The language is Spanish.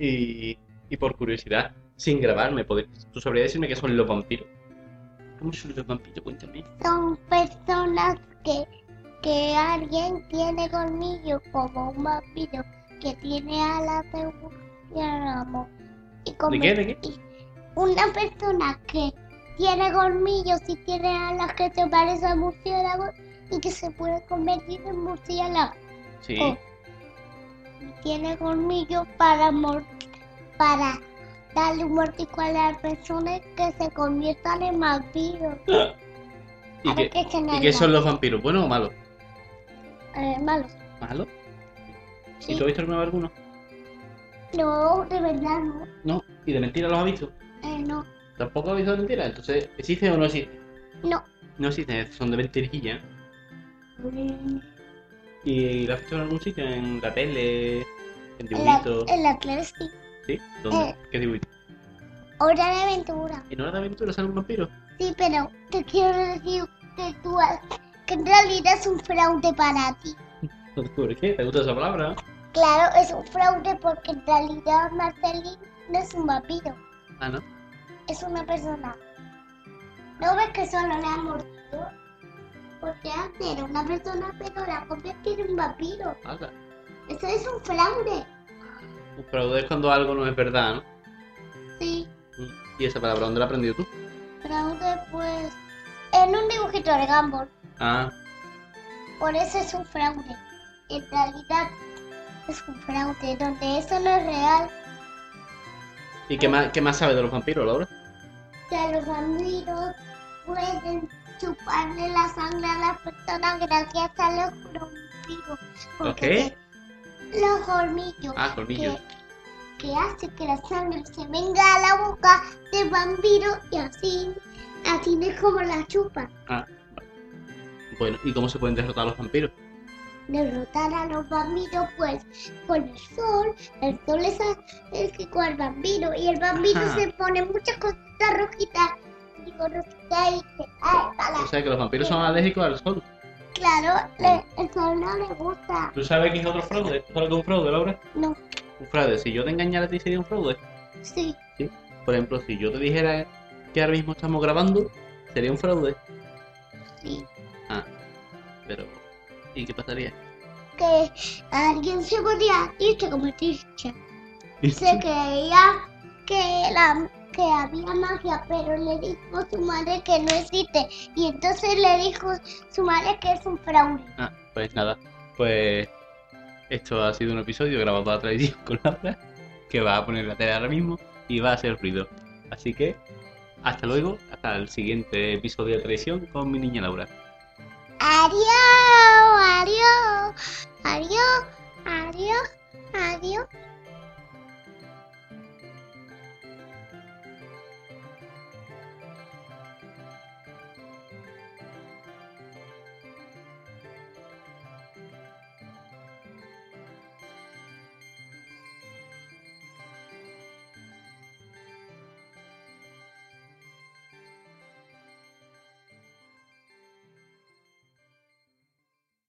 Y por curiosidad, sin grabarme, ¿tú sabrías decirme qué son los vampiros? ¿Cómo son los vampiros? Cuéntame. Son personas que alguien tiene colmillos, como un vampiro que tiene alas de murciélago. ¿De qué? ¿De qué? Una persona que tiene colmillos y tiene alas que se parecen a murciélagos y que se puede convertir en murciélago. Sí. Y tiene colmillos para darle un mordisco a las personas que se conviertan en vampiros. ¿Y qué son los vampiros? ¿Buenos o malos? Malos. ¿Malos? Sí. ¿Y tú has visto alguna vez alguno? No, de verdad no. No. ¿Y de mentira los has visto? No. ¿Tampoco has visto de mentira? Entonces, ¿existen o no existen? No. No existen, son de mentirilla. ¿Y lo has visto en algún sitio? ¿En la tele? ¿En dibujitos? En la tele sí. ¿Sí? ¿Dónde? ¿Qué dibujito? Hora de Aventura. ¿En Hora de Aventura sale un vampiro? Sí, pero te quiero decir que en realidad es un fraude para ti. ¿Por qué? ¿Te gusta esa palabra? Claro, es un fraude porque en realidad Marceline no es un vampiro. Ah, ¿no? Es una persona. ¿No ves que solo le han mordido? Porque antes era una persona, pero la convirtió en un vampiro. Hala. Eso es un fraude. Un fraude es cuando algo no es verdad, ¿no? Sí, ¿Y esa palabra dónde la has aprendido tú? fraude pues en un dibujito de Gumball. Ah, Por eso es un fraude. En realidad es un fraude donde eso no es real. ¿y qué más sabes de los vampiros, Laura? Que los vampiros pueden chuparle la sangre a las personas gracias a los colmillos. ¿Qué? Los colmillos. Ah, colmillos. Que hace que la sangre se venga a la boca del vampiro y así es como la chupa. Ah, vale. Bueno, ¿y cómo se pueden derrotar a los vampiros? Derrotar a los vampiros pues con el sol es el que con el vampiro y el vampiro Ajá. se pone muchas cositas rojitas, digo rojitas y dice, ay, para. O sea, que los vampiros son alérgicos al sol. Claro, el sol no le gusta. ¿Tú sabes qué es otro fraude? ¿Tú sabes qué es un fraude, Laura? No, Un fraude, si yo te engañara a ti sería un fraude. sí, ¿Sí? Por ejemplo, si yo te dijera que ahora mismo estamos grabando, sería un fraude. sí. Ah, pero... ¿y qué pasaría? Que alguien se podía irse como ticha. Se creía que había magia, pero le dijo a su madre que no existe. Y entonces le dijo a su madre que es un fraude. Ah, pues nada, pues esto ha sido un episodio grabado a tradición con Laura, que va a poner la tele ahora mismo y va a hacer ruido. Así que, hasta luego, hasta el siguiente episodio de Traición con mi niña Laura. Adiós, adiós, adiós, adiós, adiós.